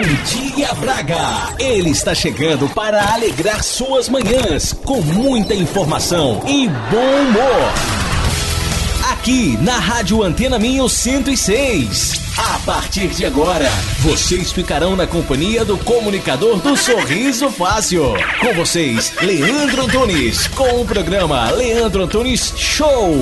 Dia Braga! Ele está chegando para alegrar suas manhãs com muita informação e bom humor. Aqui na Rádio Antena Minho 106. A partir de agora, vocês ficarão na companhia do comunicador do Sorriso Fácil. Com vocês, Leandro Antunes, com o programa Leandro Antunes Show.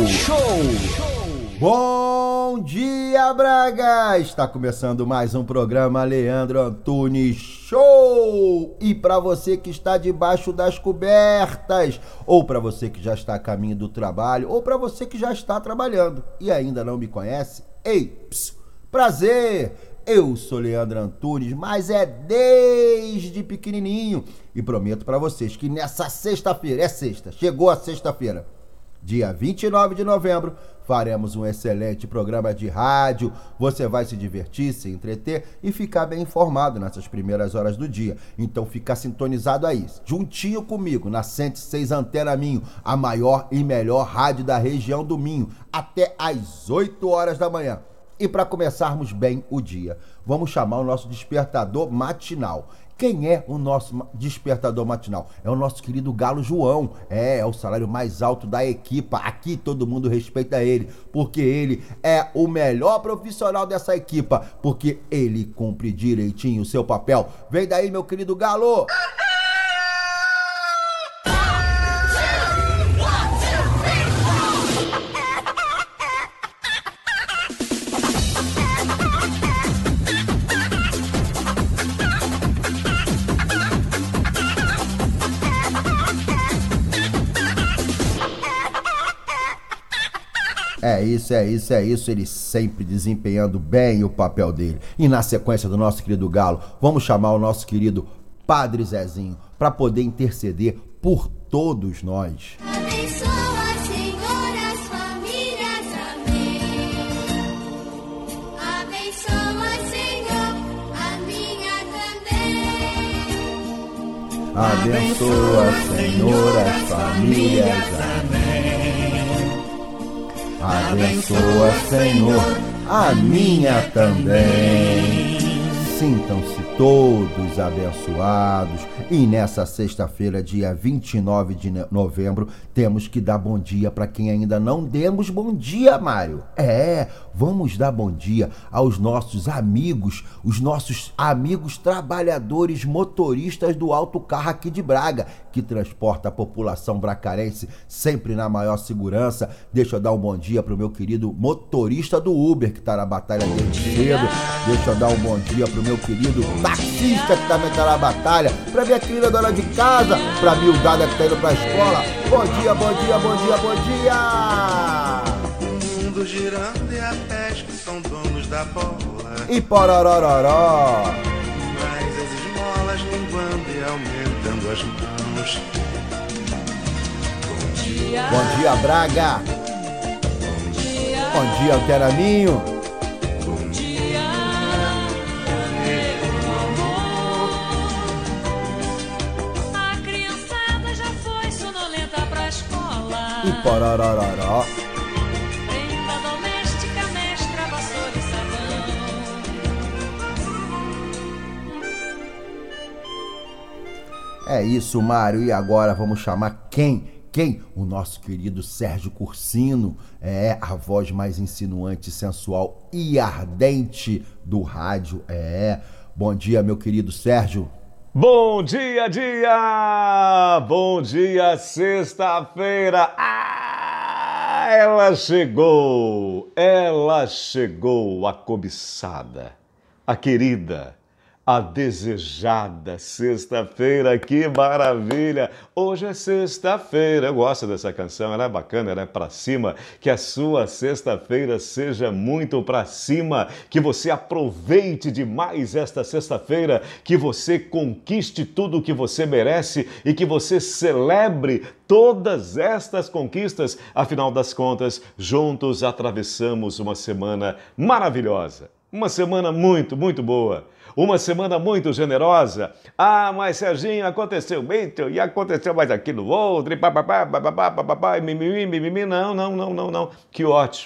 Bom dia, Braga! Está começando mais um programa Leandro Antunes Show! E para você que está debaixo das cobertas, ou para você que já está a caminho do trabalho, ou para você que já está trabalhando e ainda não me conhece, prazer! Eu sou Leandro Antunes, mas é desde pequenininho e prometo para vocês que nessa sexta-feira, chegou a sexta-feira, dia 29 de novembro, faremos um excelente programa de rádio. Você vai se divertir, se entreter e ficar bem informado nessas primeiras horas do dia. Então fica sintonizado aí, juntinho comigo, na 106 Antena Minho, a maior e melhor rádio da região do Minho, até às 8 horas da manhã. E para começarmos bem o dia, vamos chamar o nosso despertador matinal. Quem é o nosso despertador matinal? É o nosso querido Galo João. É o salário mais alto da equipa. Aqui todo mundo respeita ele, porque ele é o melhor profissional dessa equipa, porque ele cumpre direitinho o seu papel. Vem daí, meu querido Galo! É isso, ele sempre desempenhando bem o papel dele. E na sequência do nosso querido Galo, vamos chamar o nosso querido Padre Zezinho para poder interceder por todos nós. Abençoa, Senhor, as famílias, amém. Abençoa, Senhor, a minha também. Abençoa, Senhor, as famílias, amém. Abençoa, Senhor, a minha também. Sintam-se todos abençoados. E nessa sexta-feira, dia 29 de novembro, temos que dar bom dia para quem ainda não demos bom dia, Mário. Vamos dar bom dia aos nossos amigos, os nossos amigos trabalhadores motoristas do autocarro aqui de Braga, que transporta a população bracarense sempre na maior segurança. Deixa eu dar um bom dia pro meu querido motorista do Uber, que tá na batalha desde cedo. Deixa eu dar um bom dia pro meu querido taxista, que também tá na batalha. Pra minha querida dona de casa, pra miudada que tá indo pra escola. Bom dia, bom dia, bom dia, bom dia! O mundo girando e até que são donos da bola. E pororororó! Mas as esmolas linguando e aumentando as mãos. Bom dia, Braga! Bom dia, Antena Minho! E pororororó. Prenda doméstica, mestra, vassoura e sabão. É isso, Mário. E agora vamos chamar quem? O nosso querido Sérgio Cursino. A voz mais insinuante, sensual e ardente do rádio. Bom dia, meu querido Sérgio. Bom dia, dia! Bom dia, sexta-feira! Ela chegou, a cobiçada, a querida, a desejada sexta-feira, que maravilha! Hoje é sexta-feira, eu gosto dessa canção, ela é bacana, ela é pra cima, que a sua sexta-feira seja muito pra cima, que você aproveite demais esta sexta-feira, que você conquiste tudo o que você merece e que você celebre todas estas conquistas. Afinal das contas, juntos atravessamos uma semana maravilhosa, uma semana muito, muito boa. Uma semana muito generosa. Mas Serginho, aconteceu isso e aconteceu mais aquilo outro, e papapá, papapá, papapá, e mimimi, mimimi. Não. Que ótimo.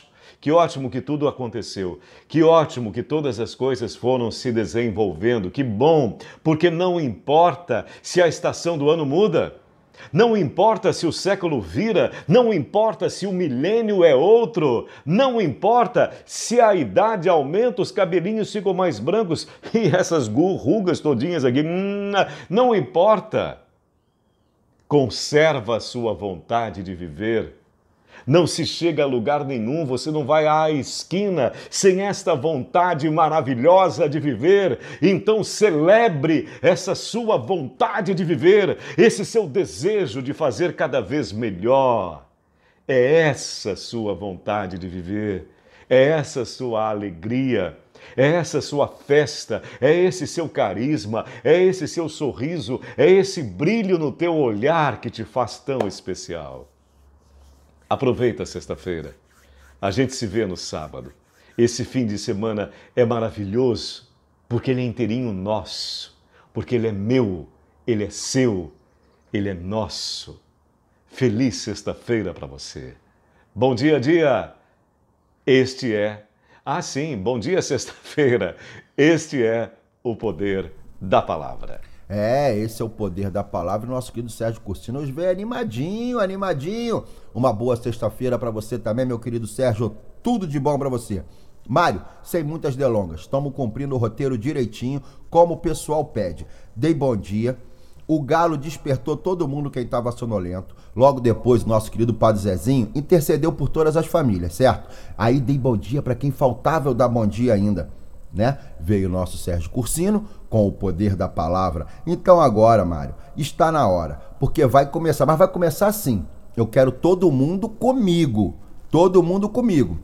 Que ótimo que tudo aconteceu. Que ótimo que todas as coisas foram se desenvolvendo. Que bom, porque não importa se a estação do ano muda. Não importa se o século vira, não importa se o milênio é outro, não importa se a idade aumenta, os cabelinhos ficam mais brancos e essas rugas todinhas aqui, não importa. Conserva a sua vontade de viver. Não se chega a lugar nenhum, você não vai à esquina sem esta vontade maravilhosa de viver. Então celebre essa sua vontade de viver, esse seu desejo de fazer cada vez melhor. É essa sua vontade de viver, é essa sua alegria, é essa sua festa, é esse seu carisma, é esse seu sorriso, é esse brilho no teu olhar que te faz tão especial. Aproveita a sexta-feira. A gente se vê no sábado. Esse fim de semana é maravilhoso porque ele é inteirinho nosso, porque ele é meu, ele é seu, ele é nosso. Feliz sexta-feira para você. Bom dia, dia. Este é... bom dia, sexta-feira. Este é o poder da palavra. Esse é o poder da palavra. Nosso querido Sérgio Cursino nos vê animadinho. Uma boa sexta-feira para você também, meu querido Sérgio. Tudo de bom para você. Mário, sem muitas delongas, estamos cumprindo o roteiro direitinho, como o pessoal pede. Dei bom dia. O galo despertou todo mundo quem estava sonolento. Logo depois, nosso querido Padre Zezinho intercedeu por todas as famílias, certo? Aí dei bom dia para quem faltava eu dar bom dia ainda, né? Veio o nosso Sérgio Cursino com o poder da palavra. Então agora, Mário, está na hora, porque vai começar, mas vai começar assim. Eu quero todo mundo comigo. Todo mundo comigo.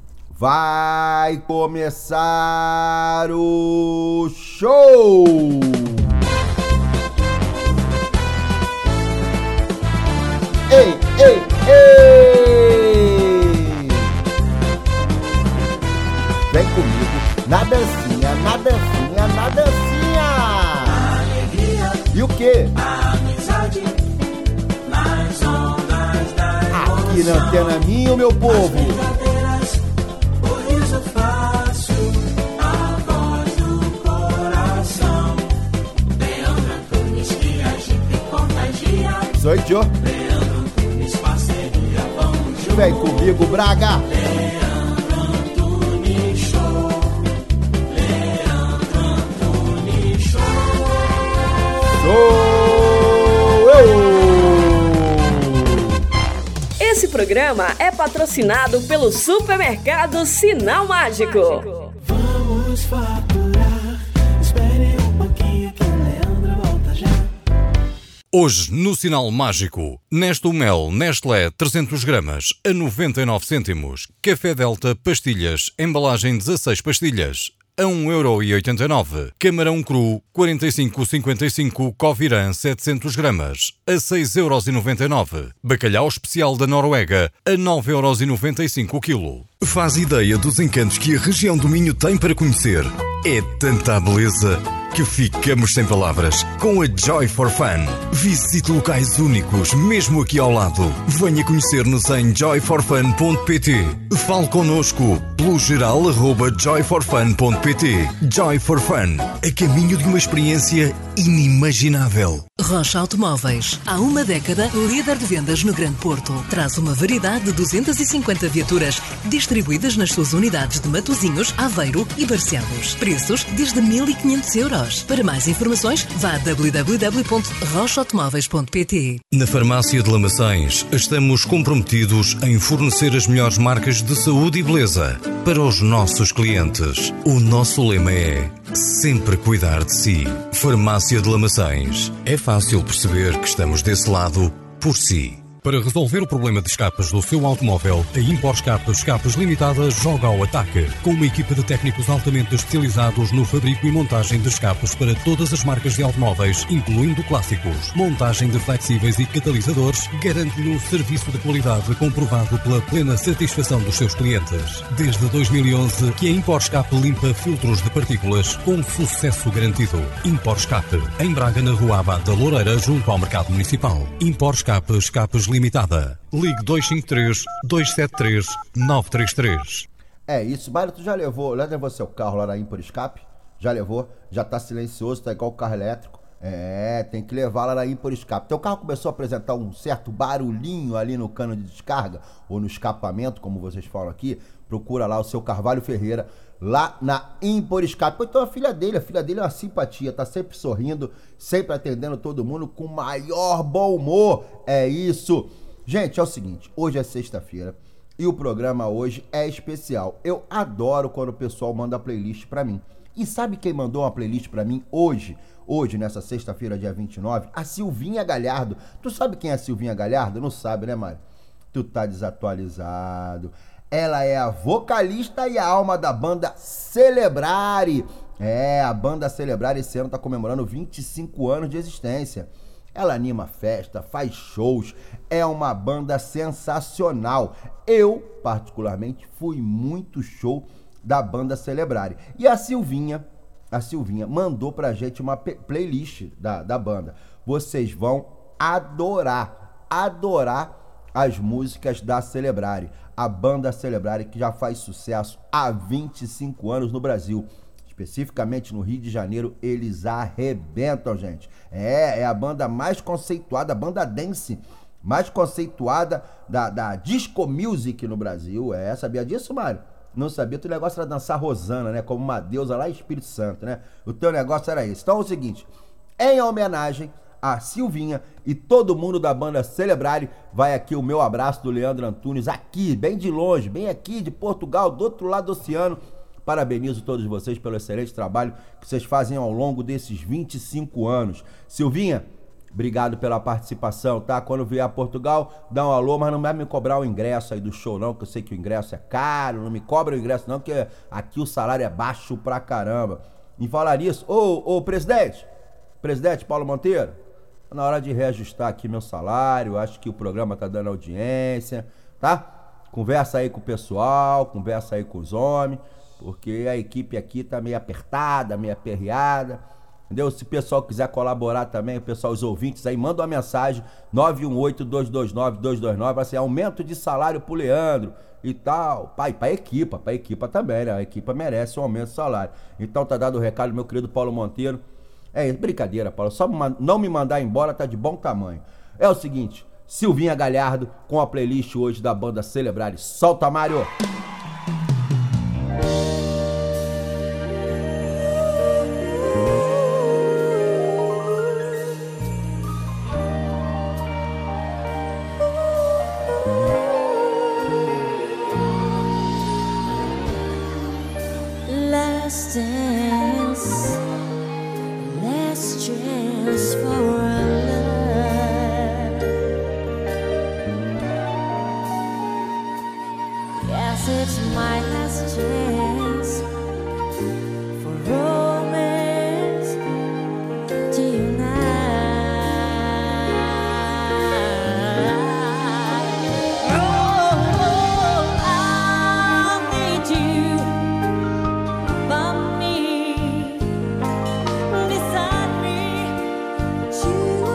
Vai começar o show! Ei! Vem comigo, na dancinha. Alegria, E o quê? amizade, nas ondas da Aqui na emoção. Antena Minha, meu povo. Brincadeiras, o riso fácil, a voz do coração. Leandro Antunes que agita e contagia. Sou eu. Leandro Antunes, parceria, vamos juntos. Vem comigo, Braga. Leandro Antunes Show. Leandro Antunes Show. Esse programa é patrocinado pelo Supermercado Sinal Mágico. Vamos faturar. Espere um pouquinho que Leandro volta já. Hoje, no Sinal Mágico, Nestlé Mel Nestlé 300 gramas a 99 cêntimos. Café Delta Pastilhas, embalagem 16 pastilhas, a 1,89€. Camarão cru 45,55. Covirã 700 gramas, a 6,99€. Bacalhau especial da Noruega, a 9,95€ o quilo. Faz ideia dos encantos que a região do Minho tem para conhecer. É tanta beleza que ficamos sem palavras. Com a Joy for Fun. Visite locais únicos, mesmo aqui ao lado. Venha conhecer-nos em joyforfun.pt. Fale connosco pelo geral@joyforfun.pt. Joy for Fun, a caminho de uma experiência inimaginável. Rocha Automóveis, há uma década, líder de vendas no Grande Porto. Traz uma variedade de 250 viaturas distribuídas nas suas unidades de Matosinhos, Aveiro e Barcelos. Preços desde 1.500 euros. Para mais informações, vá a www.rochaautomóveis.pt. Na Farmácia de Lamaçães, estamos comprometidos em fornecer as melhores marcas de saúde e beleza para os nossos clientes. O nosso lema é sempre cuidar de si. Farmácia de Lamaçães. É fácil perceber que estamos desse lado por si. Para resolver o problema de escapes do seu automóvel, a Impor Escapes Limitada joga ao ataque. Com uma equipa de técnicos altamente especializados no fabrico e montagem de escapes para todas as marcas de automóveis, incluindo clássicos. Montagem de flexíveis e catalisadores garante-lhe um serviço de qualidade comprovado pela plena satisfação dos seus clientes. Desde 2011 que a Impor Escape limpa filtros de partículas com sucesso garantido. Impor Escape, em Braga, na Rua Abad da Loureira, junto ao Mercado Municipal. Impor Escapes Limitada. Ligue 253 273 933. É isso. Mário, tu já levou seu carro lá na Impor Escape? Já levou? Já tá silencioso, tá igual o carro elétrico? É, tem que levar lá na Impor Escape. Teu carro começou a apresentar um certo barulhinho ali no cano de descarga, ou no escapamento, como vocês falam aqui, procura lá o seu Carvalho Ferreira, lá na Impor Escape. Então a filha dele é uma simpatia, tá sempre sorrindo, sempre atendendo todo mundo com o maior bom humor. É isso. Gente, é o seguinte, hoje é sexta-feira e o programa hoje é especial. Eu adoro quando o pessoal manda playlist pra mim. E sabe quem mandou uma playlist pra mim hoje? Hoje, nessa sexta-feira, dia 29, a Silvinha Galhardo. Tu sabe quem é a Silvinha Galhardo? Não sabe, né, Mário? Tu tá desatualizado. Ela é a vocalista e a alma da banda Celebrare. É, a banda Celebrare esse ano tá comemorando 25 anos de existência. Ela anima festa, faz shows, é uma banda sensacional. Eu, particularmente, fui muito show da banda Celebrare. E a Silvinha mandou pra gente uma playlist da banda. Vocês vão adorar as músicas da Celebrare. A banda Celebrare que já faz sucesso há 25 anos no Brasil. Especificamente no Rio de Janeiro, eles arrebentam, gente. É a banda mais conceituada, a banda dance mais conceituada da disco music no Brasil. Sabia disso, Mário? Não sabia, teu negócio era dançar Rosana, né? Como uma deusa lá em Espírito Santo, né? O teu negócio era esse. Então é o seguinte, em homenagem a Silvinha e todo mundo da banda Celebrare, vai aqui o meu abraço do Leandro Antunes, aqui, bem de longe, bem aqui de Portugal, do outro lado do oceano. Parabenizo todos vocês pelo excelente trabalho que vocês fazem ao longo desses 25 anos. Silvinha, obrigado pela participação, tá? Quando vier a Portugal, dá um alô, mas não vai me cobrar o ingresso aí do show não, que eu sei que o ingresso é caro, não me cobra o ingresso não, porque aqui o salário é baixo pra caramba. Em falar nisso, ô presidente Paulo Monteiro, tá na hora de reajustar aqui meu salário, acho que o programa tá dando audiência, tá? Conversa aí com o pessoal, conversa aí com os homens, porque a equipe aqui tá meio apertada, meio aperreada. Entendeu? Se o pessoal quiser colaborar também, o pessoal, os ouvintes aí, manda uma mensagem, 918-229-229, assim, aumento de salário pro Leandro e tal. Pra equipa também, né? A equipa merece um aumento de salário. Então tá dado o recado, meu querido Paulo Monteiro. É brincadeira, Paulo, só não me mandar embora tá de bom tamanho. É o seguinte, Silvinha Galhardo com a playlist hoje da banda Celebrare. Solta, Mário! Last dance, last chance for our love. Yes, it's my last chance for romance tonight. Oh, I need you. Beside me, you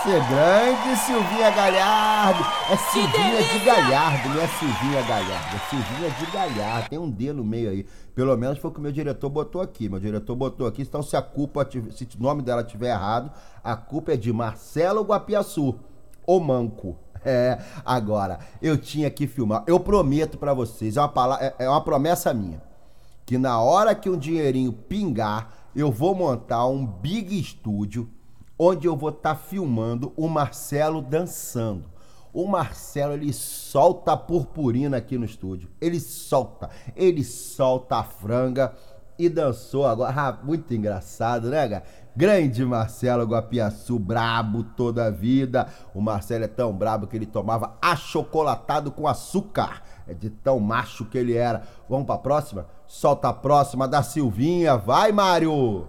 você, grande Silvinha Galhardo. É Silvinha de Galhardo, não é Silvinha Galhardo. É Silvinha de Galhardo. Tem um D no meio aí. Pelo menos foi o que o meu diretor botou aqui. Meu diretor botou aqui, então se o nome dela estiver errado, a culpa é de Marcelo Guapiaçu, o Manco. Agora, eu tinha que filmar. Eu prometo pra vocês, é uma promessa minha, que na hora que um dinheirinho pingar, eu vou montar um big estúdio onde eu vou estar filmando o Marcelo dançando. O Marcelo, ele solta a purpurina aqui no estúdio. Ele solta a franga e dançou agora. Muito engraçado, né, cara? Grande Marcelo Guapiaçu, brabo toda a vida. O Marcelo é tão brabo que ele tomava achocolatado com açúcar. É de tão macho que ele era. Vamos pra próxima? Solta a próxima da Silvinha. Vai, Mário!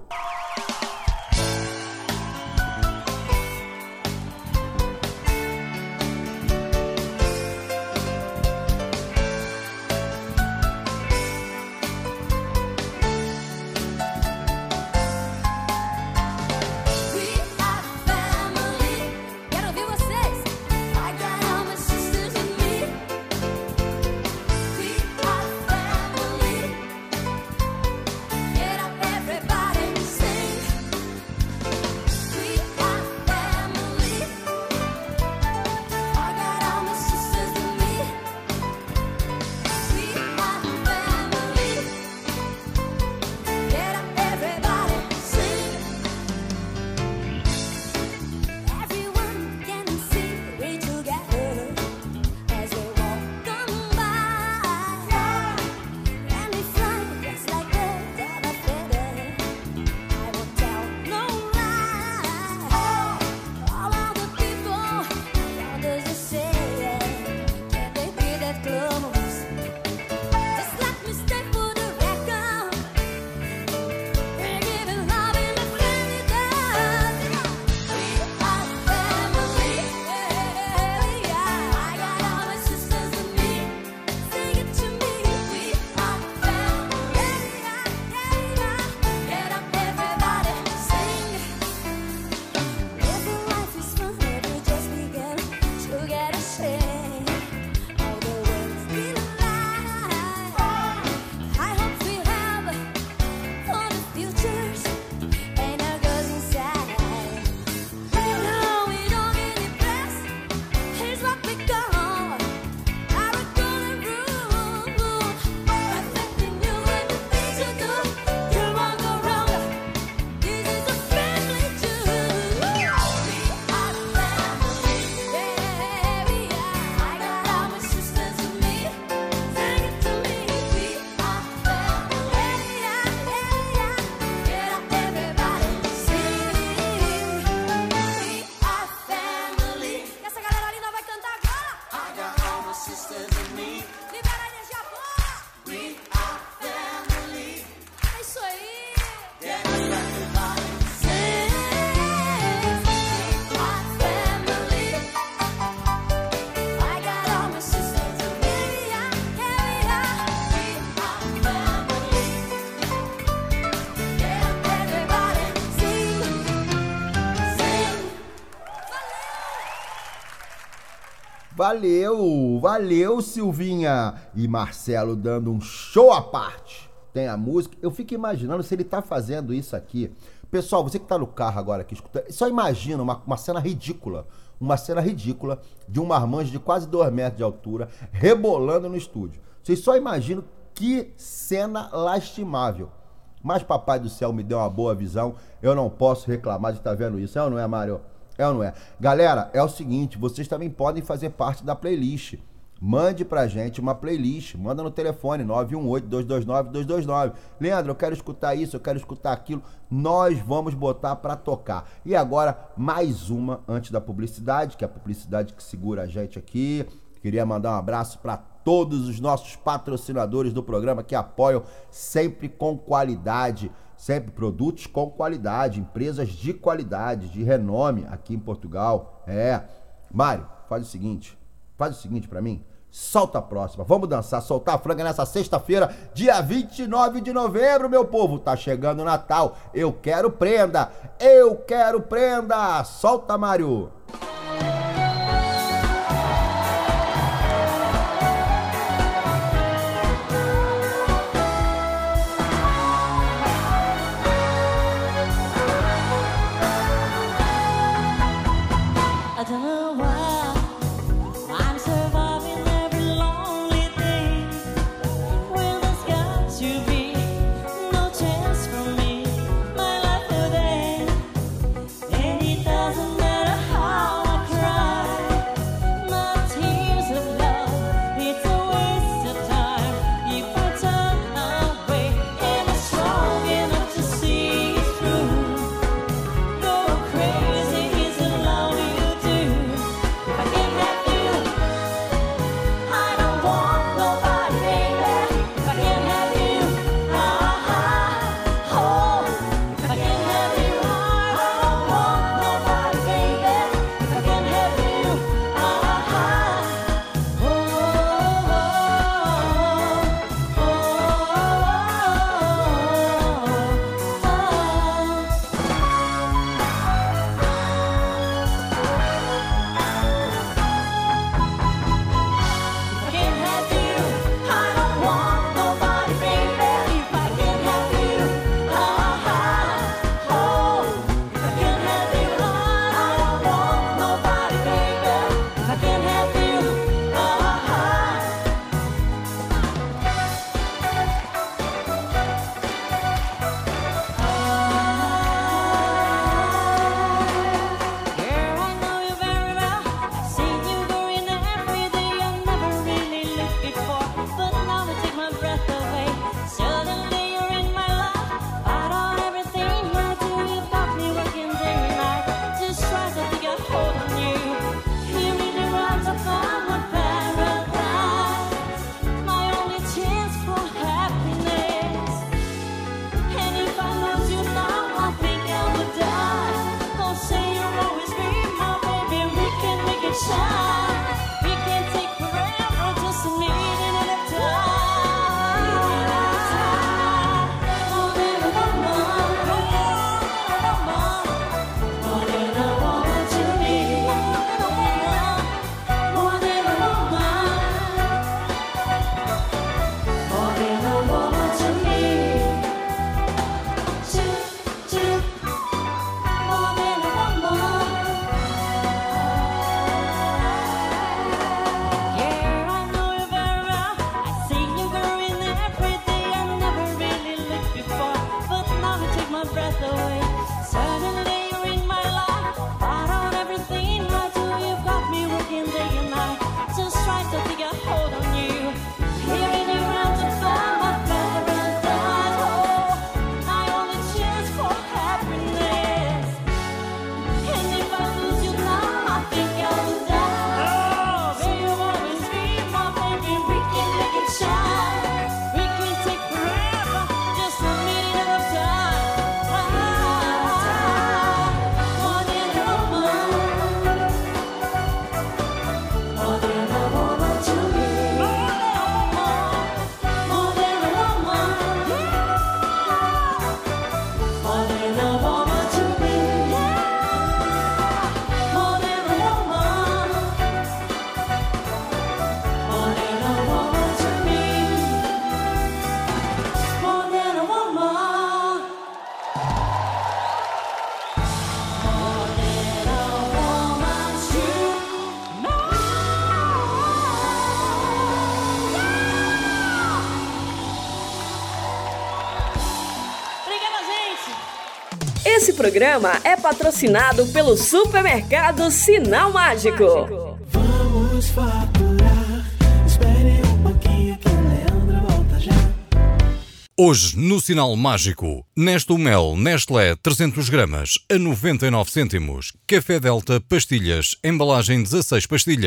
Valeu, Silvinha. E Marcelo dando um show à parte. Tem a música. Eu fico imaginando se ele tá fazendo isso aqui. Pessoal, você que tá no carro agora aqui escutando, só imagina uma cena ridícula. Uma cena ridícula de um marmanjo de quase 2 metros de altura rebolando no estúdio. Vocês só imaginam que cena lastimável. Mas Papai do Céu me deu uma boa visão. Eu não posso reclamar de estar vendo isso. É ou não é, Mário? É ou não é? Galera, é o seguinte, vocês também podem fazer parte da playlist. Mande pra gente uma playlist, manda no telefone 918-229-229. Leandro, eu quero escutar isso, eu quero escutar aquilo. Nós vamos botar pra tocar. E agora, mais uma antes da publicidade, que é a publicidade que segura a gente aqui. Queria mandar um abraço pra todos os nossos patrocinadores do programa que apoiam sempre com qualidade. Sempre produtos com qualidade, empresas de qualidade, de renome aqui em Portugal. Mário, faz o seguinte pra mim. solta a próxima. Vamos dançar, soltar a franga nessa sexta-feira, dia 29 de novembro, meu povo. Tá chegando o Natal. Eu quero prenda. Eu quero prenda. Solta, Mário. I don't know why I'm surviving every lonely day. Well, there's got to be no chance for me, my life today. And it doesn't matter how I cry, my tears of love, it's a waste of time. If I turn away, am I strong enough to see it through? Go crazy is the love you do. If I can't have you, I don't want nobody, baby. If I can't have you, oh. If I can't have you, I don't want nobody, baby. If I can't have you, If I can't have you, I don't want nobody, baby. If I can't have you, If I can't have you, I don't want nobody, baby. If I can't have you, Girl, I know you very well. I've seen you going every day. I never really lived before, but now they take my breath away. Suddenly you're in my life. Out on everything I do, you've got me working day and night. Just try to take a hold on you. You really want to find my paradise, my only chance for happiness. And if I lose you now, I think I would die. Don't say you'll always be my baby. We can make it shine. We can take forever just a minute at a time. More than a woman, more than a woman to me. More than a woman, more than a woman to me. More than a woman. Yeah, I know you very well. I see you growing every day. I never really lived before, but now you take my breath away. Suddenly you're in my life. Out on everything I do, you've got me working day and night. Just try to take a hold on you. Hearing you round to find my paradise. Oh, my only chance for happiness. And if I lose you now, I think I will die. Oh, baby, you'll always be my baby. We can make it shine. We can take forever, just a minute at a time. More than a woman, more than a woman to me. More than a woman, more than a woman to me. More than a woman, more than a woman to me. More than a woman, more than a woman to me. Obrigada, gente. Esse programa é patrocinado pelo Supermercado Sinal Mágico. Vamos faturar. Espere um pouquinho que o Leandro volta já. Hoje, no Sinal Mágico, Nestlé Mel Nestlé 300 gramas a 99 cêntimos. Café Delta Pastilhas, embalagem 16 pastilhas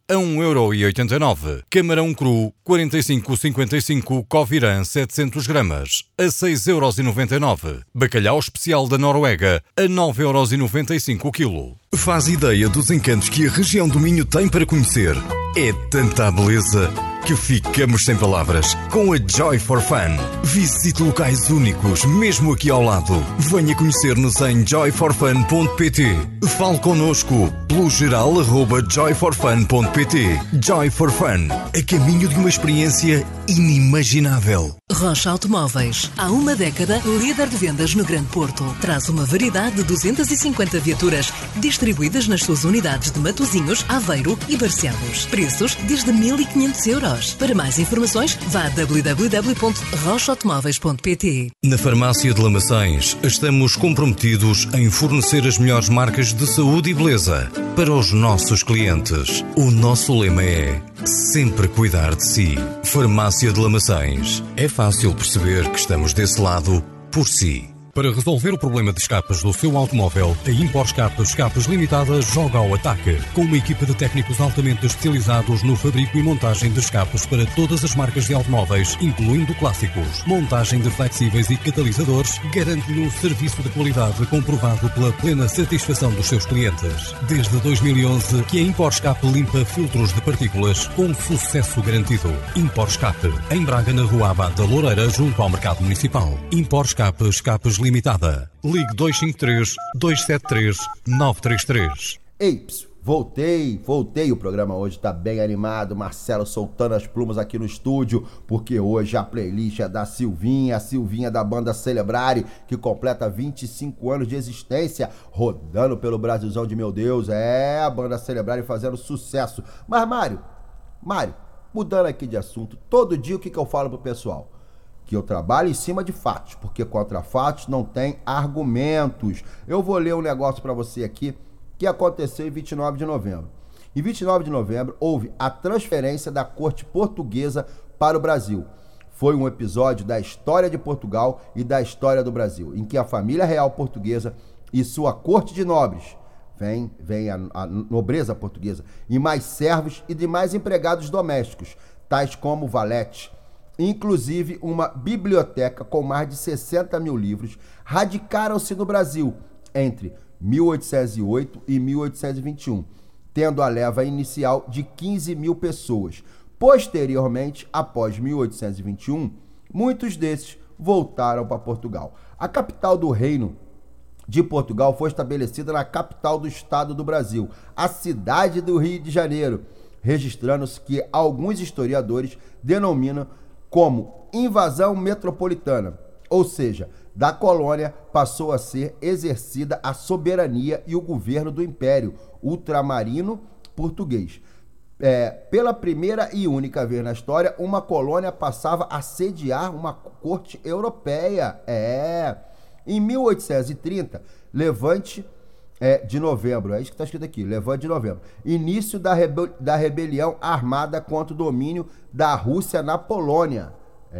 a 1,89€. Camarão cru, 45,55, Covirã 700 gramas, a 6,99€. Bacalhau especial da Noruega, a 9,95€ o quilo. Faz ideia dos encantos que a região do Minho tem para conhecer. É tanta beleza que ficamos sem palavras com a Joy for Fun. Visite locais únicos, mesmo aqui ao lado. Venha conhecer-nos em joyforfun.pt. Fale connosco pelo geral@joyforfun.pt. Joy for Fun, a caminho de uma experiência inimaginável. Rocha Automóveis. Há uma década, líder de vendas no Grande Porto. Traz uma variedade de 250 viaturas distribuídas nas suas unidades de Matosinhos, Aveiro e Barcelos. Preços desde 1.500€. Para mais informações, vá a www.rochaautomóveis.pt. Na Farmácia de Lamaçães, estamos comprometidos em fornecer as melhores marcas de saúde e beleza para os nossos clientes. O nosso lema é sempre cuidar de si. Farmácia de Lamaçães. É fácil perceber que estamos desse lado por si. Para resolver o problema de escapes do seu automóvel, a Impor Escapes Limitada joga ao ataque. Com uma equipa de técnicos altamente especializados no fabrico e montagem de escapes para todas as marcas de automóveis, incluindo clássicos. Montagem de flexíveis e catalisadores garante-lhe um serviço de qualidade comprovado pela plena satisfação dos seus clientes. Desde 2011 que a Impor Escape limpa filtros de partículas com sucesso garantido. Impor Escape, em Braga, na Rua Abad da Loureira, junto ao Mercado Municipal. Impor Escapes Limitada. Ligue 253-273-933. Ei, voltei. O programa hoje tá bem animado. Marcelo soltando as plumas aqui no estúdio, porque hoje a playlist é da Silvinha, a Silvinha da banda Celebrare, que completa 25 anos de existência, rodando pelo Brasilzão de meu Deus. É, a banda Celebrare fazendo sucesso. Mas, Mário, mudando aqui de assunto, todo dia o que eu falo pro pessoal? Que eu trabalho em cima de fatos, porque contra fatos não tem argumentos. Eu vou ler um negócio para você aqui que aconteceu em 29 de novembro. Em 29 de novembro, houve a transferência da corte portuguesa para o Brasil. Foi um episódio da história de Portugal e da história do Brasil, em que a família real portuguesa e sua corte de nobres, vem a nobreza portuguesa, e mais servos e demais empregados domésticos, tais como valetes, inclusive uma biblioteca com mais de 60 mil livros, radicaram-se no Brasil entre 1808 e 1821, tendo a leva inicial de 15 mil pessoas. Posteriormente, após 1821, muitos desses voltaram para Portugal. A capital do Reino de Portugal foi estabelecida na capital do estado do Brasil, a cidade do Rio de Janeiro, registrando-se que alguns historiadores denominam como invasão metropolitana, ou seja, da colônia passou a ser exercida a soberania e o governo do Império Ultramarino Português. Pela primeira e única vez na história, uma colônia passava a sediar uma corte europeia. Em 1830, Levante de novembro, é isso que está escrito aqui, Levante de novembro, início da rebelião armada contra o domínio da Rússia na Polônia.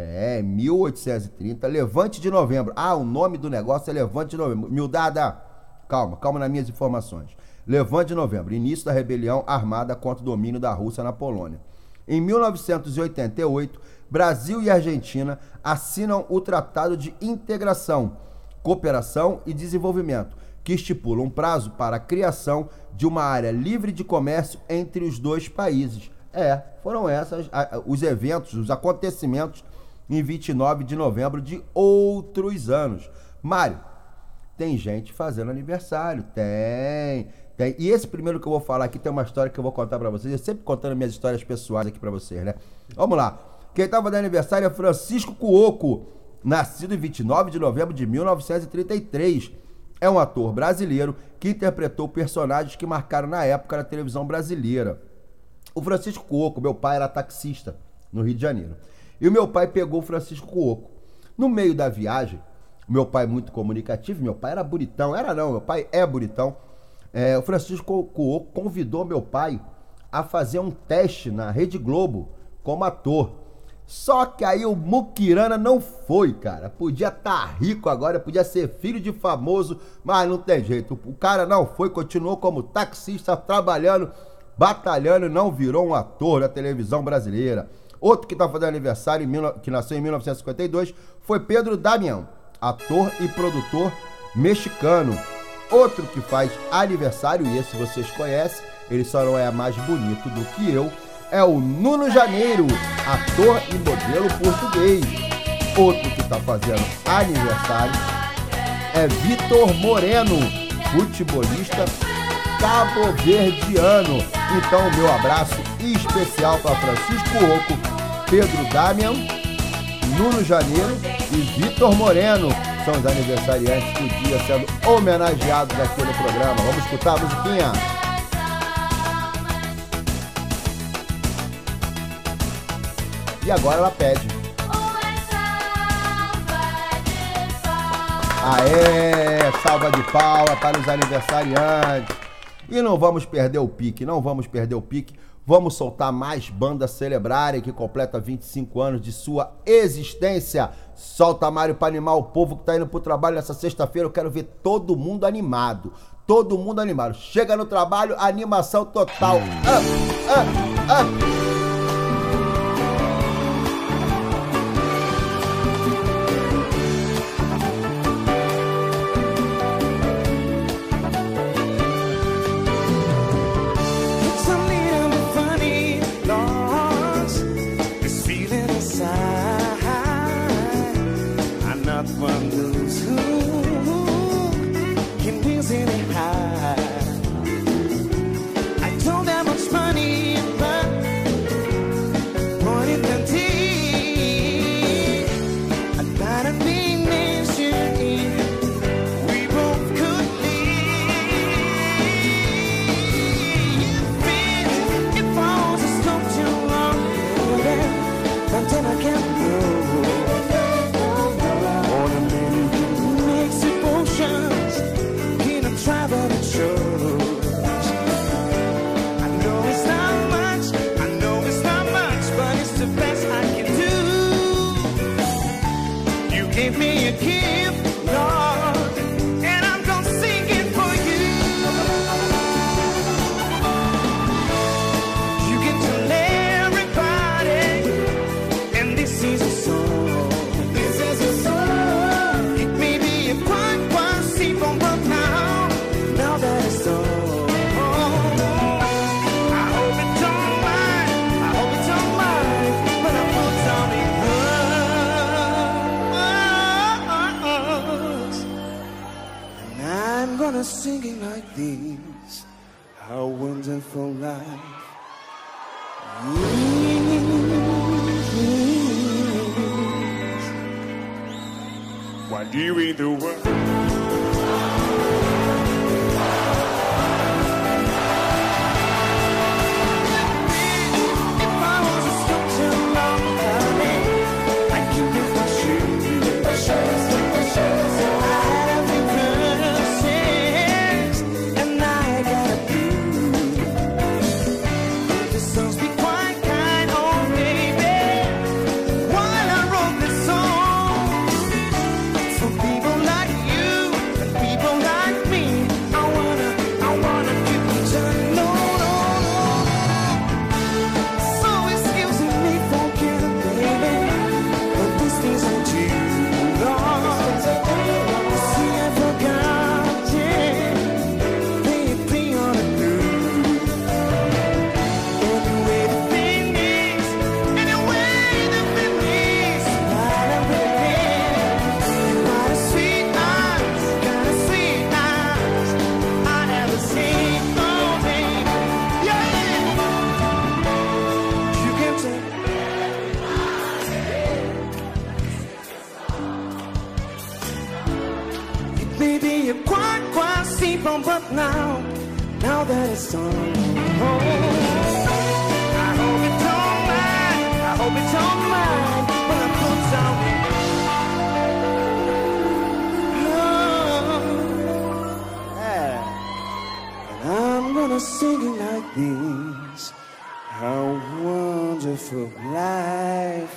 1830, Levante de novembro. O nome do negócio é Levante de novembro. Mildada, calma nas minhas informações. Levante de novembro, início da rebelião armada contra o domínio da Rússia na Polônia. Em 1988, Brasil e Argentina assinam o Tratado de Integração, Cooperação e Desenvolvimento, que estipula um prazo para a criação de uma área livre de comércio entre os dois países. Foram esses os eventos, os acontecimentos em 29 de novembro de outros anos. Mário, tem gente fazendo aniversário, tem. E esse primeiro que eu vou falar aqui tem uma história que eu vou contar pra vocês. Eu sempre contando minhas histórias pessoais aqui pra vocês, né? Vamos lá. Quem tava de aniversário é Francisco Cuoco, nascido em 29 de novembro de 1933. É um ator brasileiro que interpretou personagens que marcaram na época na televisão brasileira. O Francisco Cuoco, meu pai era taxista no Rio de Janeiro. E o meu pai pegou o Francisco Cuoco. No meio da viagem, o meu pai muito comunicativo, meu pai era bonitão, meu pai é bonitão. O Francisco Cuoco convidou meu pai a fazer um teste na Rede Globo como ator. Só que aí o Muquirana não foi, cara. Podia estar rico agora, podia ser filho de famoso, mas não tem jeito. O cara não foi, continuou como taxista, trabalhando batalhando e não virou um ator da televisão brasileira. Outro que está fazendo aniversário, que nasceu em 1952, foi Pedro Damião, ator e produtor mexicano. Outro que faz aniversário, e esse vocês conhecem, ele só não é mais bonito do que eu, é o Nuno Janeiro, ator e modelo português. Outro que está fazendo aniversário é Vitor Moreno, futebolista cabo-verdiano. Então, meu abraço especial para Francisco Oco, Pedro Damião, Nuno Janeiro e Vitor Moreno. São os aniversariantes do dia sendo homenageados aqui no programa. Vamos escutar a musiquinha. E agora ela pede. Aê, salva de palmas para os aniversariantes. E não vamos perder o pique, Vamos soltar mais banda Celebrare, que completa 25 anos de sua existência. Solta, Mário, para animar o povo que tá indo pro trabalho nessa sexta-feira. Eu quero ver todo mundo animado. Chega no trabalho, animação total. Singing like this, how wonderful life is. Why do you read the world? But now that it's on, I hope it don't mind when I put down and I'm gonna sing it like this. How wonderful life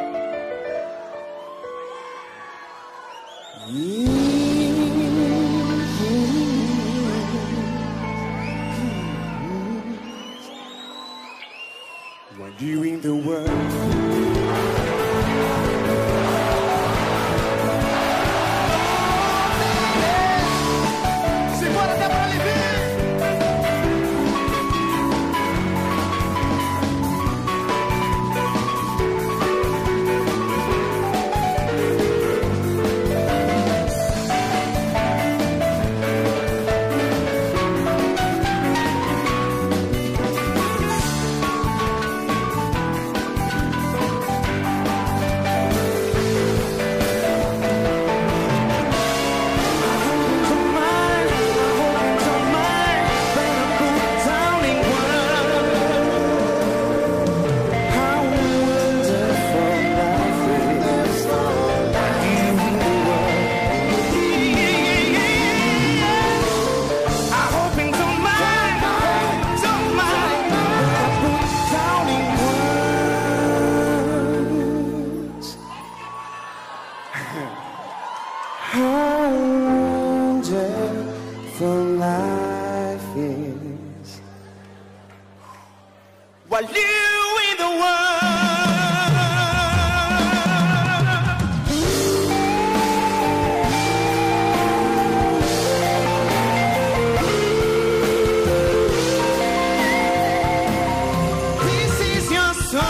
is. you in the world. This is your song.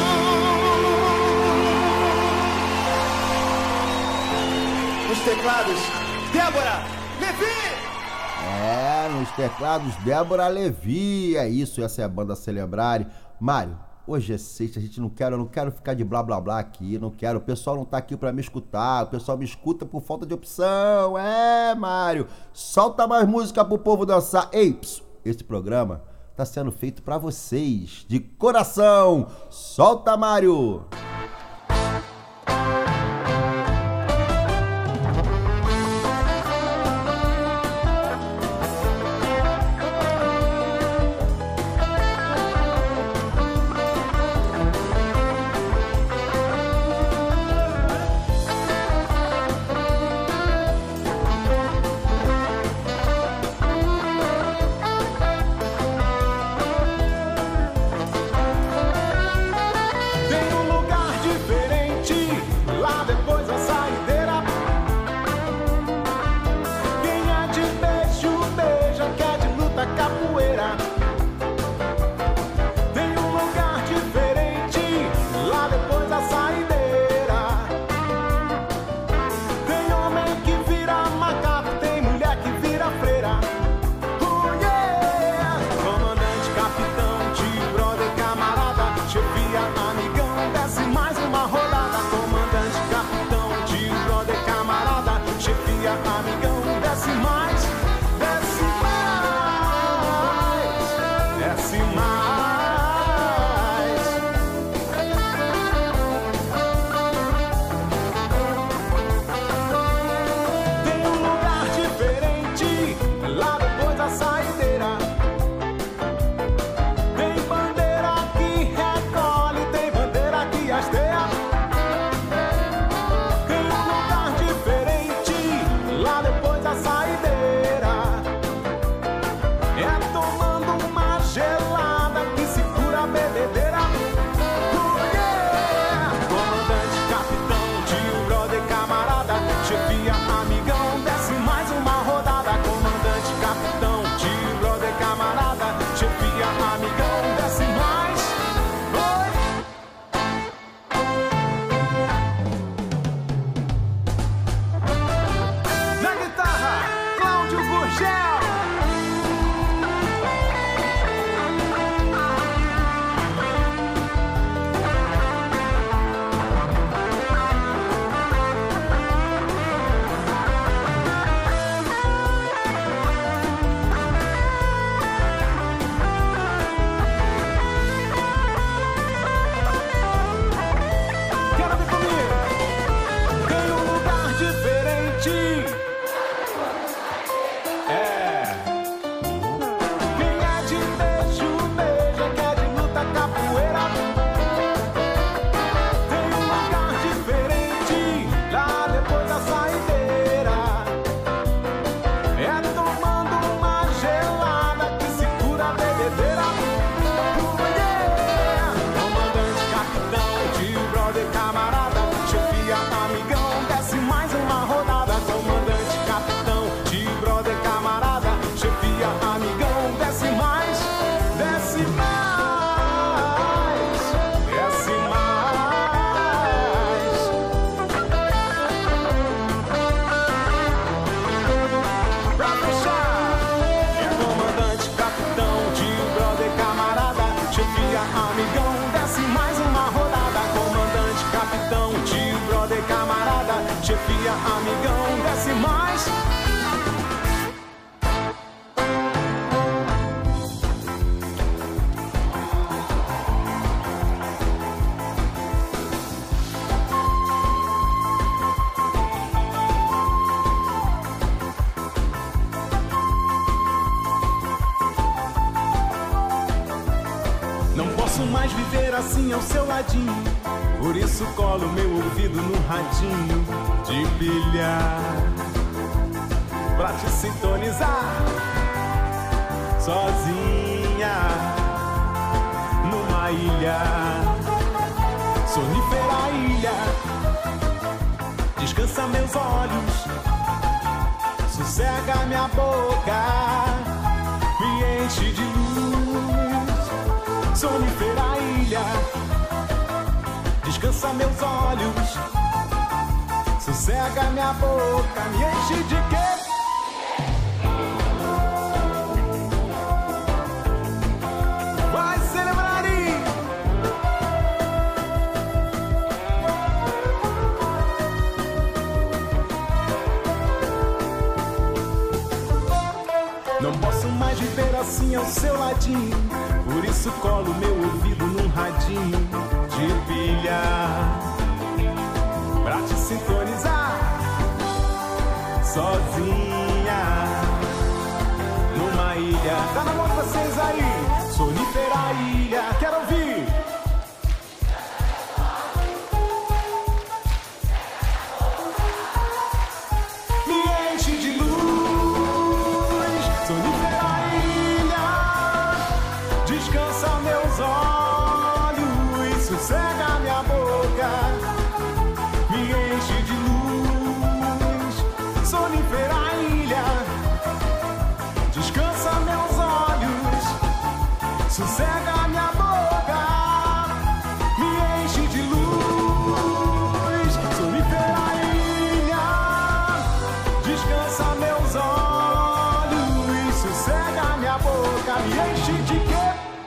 Os teclados, Débora Levi. Nos teclados, Débora Levi. É isso, essa é a banda Celebrare. Mário, hoje é sexta, eu não quero ficar de blá blá blá aqui, não quero. O pessoal não tá aqui pra me escutar, o pessoal me escuta por falta de opção. Mário, solta mais música pro povo dançar. Ei, esse programa tá sendo feito pra vocês, de coração. Solta, Mário. Amigão, desce mais. Não posso mais viver assim ao seu ladinho, por isso colo meu ouvido no radinho de pilha pra te sintonizar sozinha numa numa ilha, sonífera ilha. Descansa meus olhos, sossega minha boca, me enche de luz. Sonífera ilha, descansa meus olhos, sossega minha boca, me enche de quê? Vai celebrar aí! Não posso mais viver assim ao seu ladinho, por isso colo meu ouvido num radinho de pilha pra te sintonizar sozinha numa ilha. Tá na mão de vocês aí, sonífera ilha, quero ouvir. Me enche de luz, sonífera ilha, descansa meus olhos, sossega minha boca, me enche de luz. Sonífera ilha, descansa meus olhos, sossega minha boca, me enche de luz. Sonífera ilha, descansa meus olhos, sossega minha boca, me enche de quê?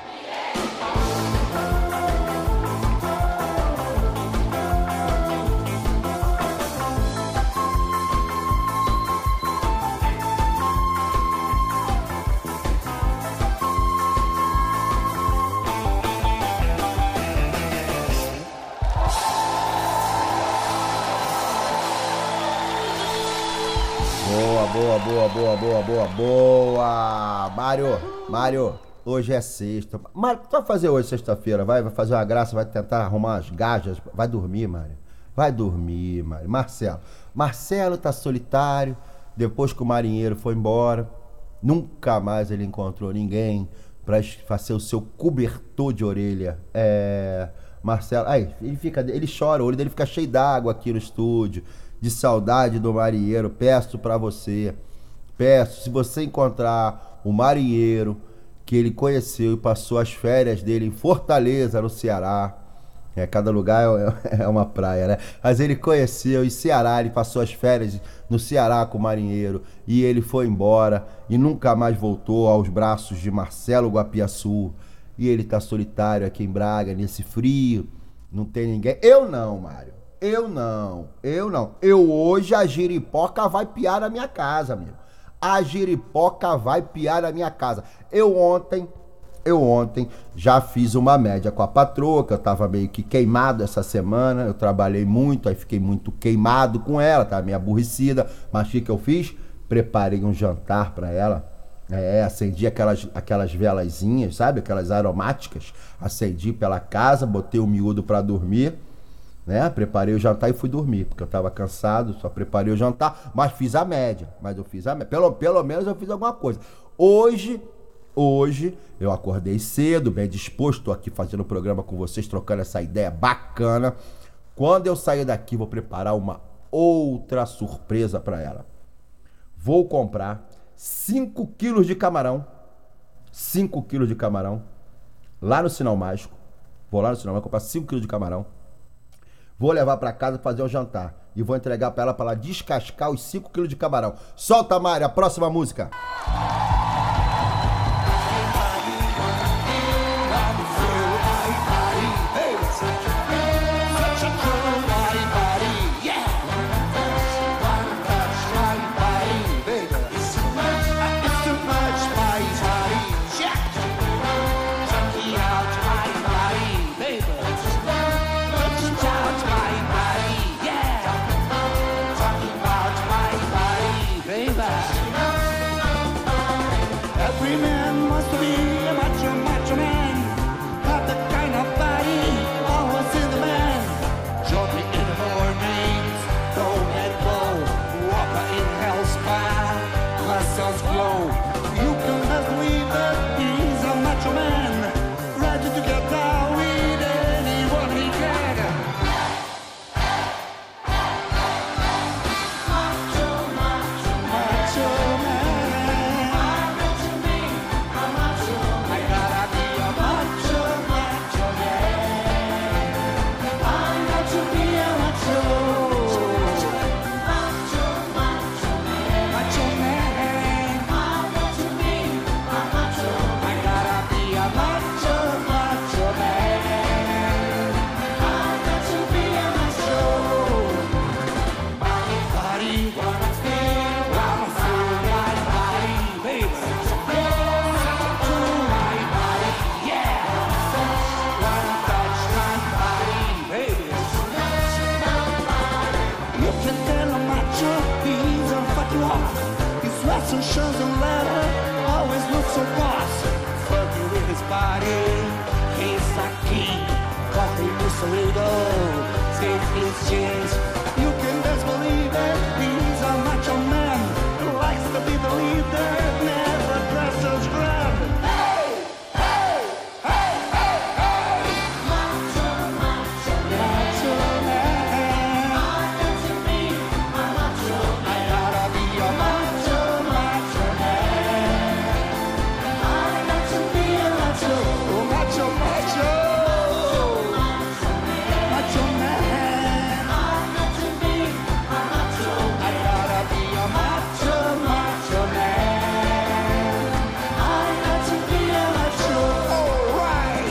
Boa. Mário, hoje é sexta. Mário, o que tu vai fazer hoje, sexta-feira? Vai fazer uma graça, vai tentar arrumar umas gajas? Vai dormir, Mário. Vai dormir, Mário. Marcelo tá solitário, depois que o marinheiro foi embora, nunca mais ele encontrou ninguém pra fazer o seu cobertor de orelha. Marcelo, aí, ele chora, o olho dele fica cheio d'água aqui no estúdio, de saudade do marinheiro. Peço pra você, se você encontrar o marinheiro que ele conheceu e passou as férias dele em Fortaleza, no Ceará, cada lugar é uma praia, né? Mas ele conheceu em Ceará, ele passou as férias no Ceará com o marinheiro e ele foi embora e nunca mais voltou aos braços de Marcelo Guapiaçu. E ele tá solitário aqui em Braga, nesse frio, não tem ninguém. Eu não, Mário. Eu não. Hoje a giripoca vai piar na minha casa, amigo. A giripoca vai piar na minha casa. Eu ontem já fiz uma média com a patroa, que eu tava meio que queimado essa semana. Eu trabalhei muito, aí fiquei muito queimado com ela, tava meio aborrecida. Mas o que eu fiz? Preparei um jantar pra ela. Acendi aquelas velazinhas, sabe? Aquelas aromáticas. Acendi pela casa, botei o miúdo pra dormir. Né? Preparei o jantar e fui dormir, porque eu tava cansado, só preparei o jantar, mas fiz a média. Pelo menos eu fiz alguma coisa. Hoje eu acordei cedo, bem disposto, tô aqui fazendo o programa com vocês, trocando essa ideia bacana. Quando eu sair daqui, vou preparar uma outra surpresa pra ela. Vou comprar 5 quilos de camarão. 5 quilos de camarão lá no Sinal Mágico. Vou lá no Sinal Mágico comprar 5 quilos de camarão. Vou levar pra casa fazer o jantar. E vou entregar pra ela descascar os 5 quilos de camarão. Solta, Mário, a próxima música. and shows a letter, always looks so boss, fucking with his body. He's a king, coffee is illegal, state his jeans. You can best believe it, he's a macho man who likes to be the leader, never dresses grand. Hey, hey, hey, hey, hey! Macho, macho, macho man. Honor to me, a macho man. I gotta be a macho, macho man. Honor to me, a macho, macho, macho. Macho man. Honor to me, a macho. I gotta be a macho, macho man. Honor to me, a macho. All right.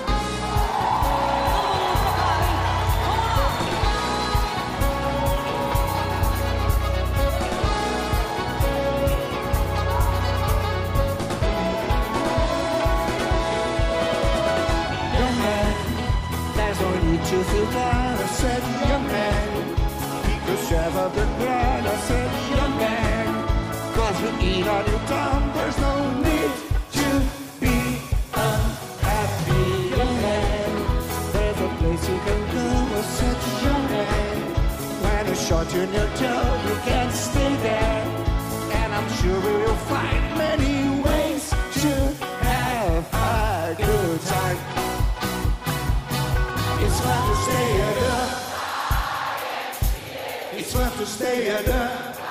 Young man, there's no need to feel bad. I said, young man, because you have a big blood. I said, young man, cause you eat on your tongue. There's no need to be unhappy. Young man, there's a place you can go. I said, young man, when you shot in your toe, you can stay there. And I'm sure we will find many ways to have a good time. It's fun to stay at the. It's fun to stay at the.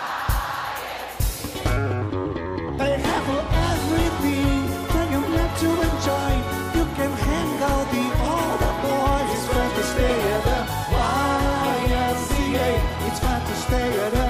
They have everything that you have to enjoy. You can hang out the other boys. It's fun to stay at the YMCA. It's fun to stay at the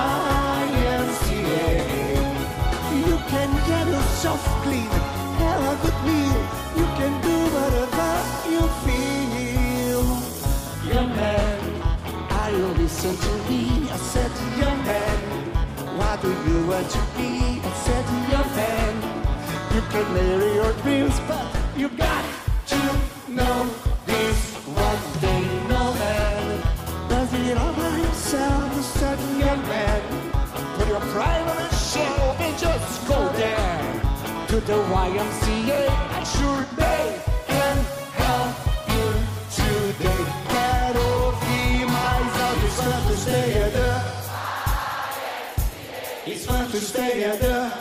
YMCA. You can get yourself clean, have a good meal. You can do whatever you feel. Young man, are you listening to me? I said, young man, what do you want to be? I said, young man, you can marry your dreams, but you got to know this one thing. No man does it all by himself. I said, young man, put your pride on a show and just go there to the YMCA. I'm sure they can help you today. Quero ouvir mais alto. It's fun to stay at the. It's fun to stay at the.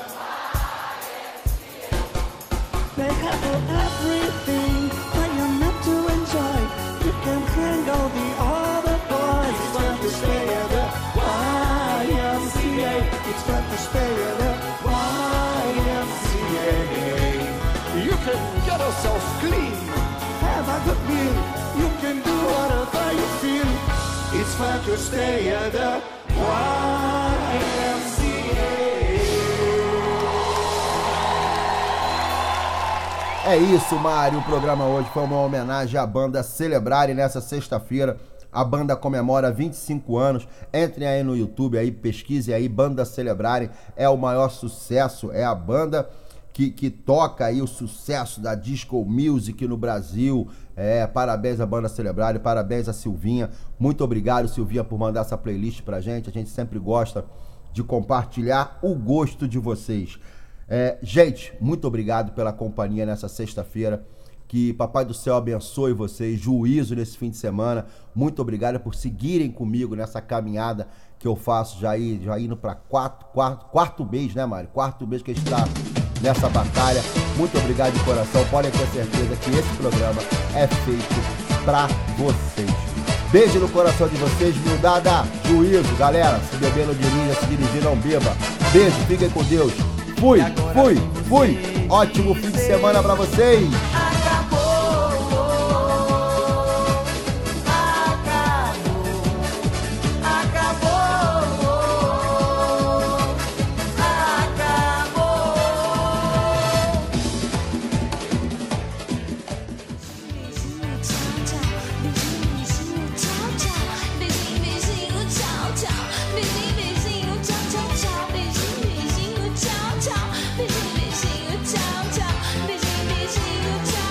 They have everything that you meant to enjoy. You can hang out the other boys. It's fun to stay at the YMCA. It's fun to stay at the YMCA. You can get yourself clean, have a good meal. You can do whatever you feel. It's fun to stay at the YMCA. É isso, Mário. O programa hoje foi uma homenagem à banda Celebrare nessa sexta-feira. A banda comemora 25 anos. Entrem aí no YouTube, aí pesquisem aí, Banda Celebrare. É o maior sucesso, é a banda que toca aí o sucesso da disco music no Brasil. Parabéns à banda Celebrare, parabéns a Silvinha. Muito obrigado, Silvinha, por mandar essa playlist pra gente. A gente sempre gosta de compartilhar o gosto de vocês. Gente, muito obrigado pela companhia nessa sexta-feira. Que Papai do Céu abençoe vocês, juízo nesse fim de semana. Muito obrigado por seguirem comigo nessa caminhada que eu faço, já indo para quarto mês, né, Mário? Quarto mês que a gente está nessa batalha. Muito obrigado de coração. Podem ter certeza que esse programa é feito para vocês. Beijo no coração de vocês, miudada, juízo, galera. Se beber não dirija, se dirigir não beba. Beijo, fiquem com Deus. Fui. Ótimo fim de semana pra vocês. Beijinho, tchau, tchau.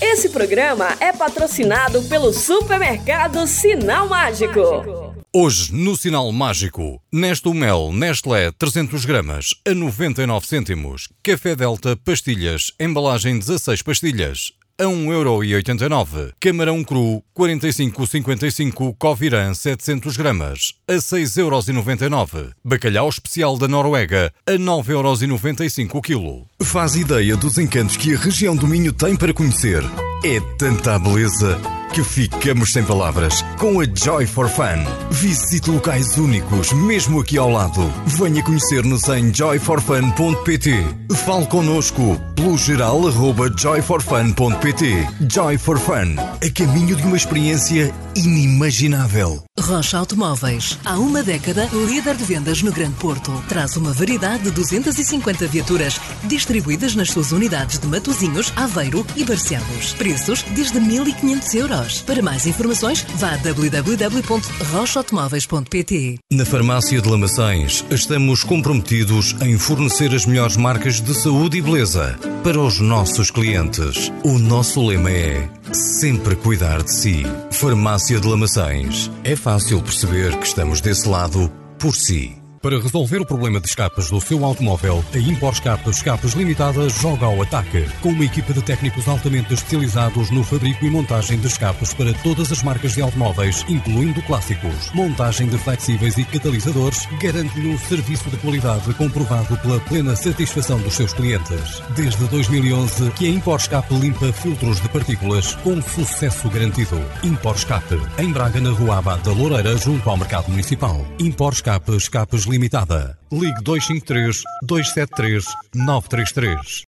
Esse programa é patrocinado pelo supermercado Sinal Mágico. Hoje, no Sinal Mágico, Nestum Mel Nestlé 300 gramas a 99 cêntimos. Café Delta Pastilhas, embalagem 16 pastilhas, a 1,89€. Camarão cru 45,55 Covirã 700 gramas, a 6,99€. Bacalhau especial da Noruega, a 9,95€ o quilo. Faz ideia dos encantos que a região do Minho tem para conhecer. É tanta beleza que ficamos sem palavras com a Joy for Fun. Visite locais únicos, mesmo aqui ao lado. Venha conhecer-nos em joyforfun.pt. Fale connosco pelo geral@joyforfun.pt. Joy for Fun, a caminho de uma experiência inimaginável. Rocha Automóveis, há uma década, líder de vendas no Grande Porto. Traz uma variedade de 250 viaturas distribuídas nas suas unidades de Matosinhos, Aveiro e Barcelos. Preços desde 1.500€. Para mais informações, vá a www.rochaautomóveis.pt. Na Farmácia de Lamaçães, estamos comprometidos em fornecer as melhores marcas de saúde e beleza para os nossos clientes. O nosso lema é sempre cuidar de si. Farmácia de Lamaçães. É fácil perceber que estamos desse lado por si. Para resolver o problema de escapes do seu automóvel, a Impor Escapes Limitada joga ao ataque. Com uma equipa de técnicos altamente especializados no fabrico e montagem de escapes para todas as marcas de automóveis, incluindo clássicos. Montagem de flexíveis e catalisadores garante-lhe um serviço de qualidade comprovado pela plena satisfação dos seus clientes. Desde 2011 que a Impor Escape limpa filtros de partículas com sucesso garantido. Impor Escape, em Braga, na Rua Abade da Loureira, junto ao Mercado Municipal. Impor Escapes Limitada. Ligue 253 273 933.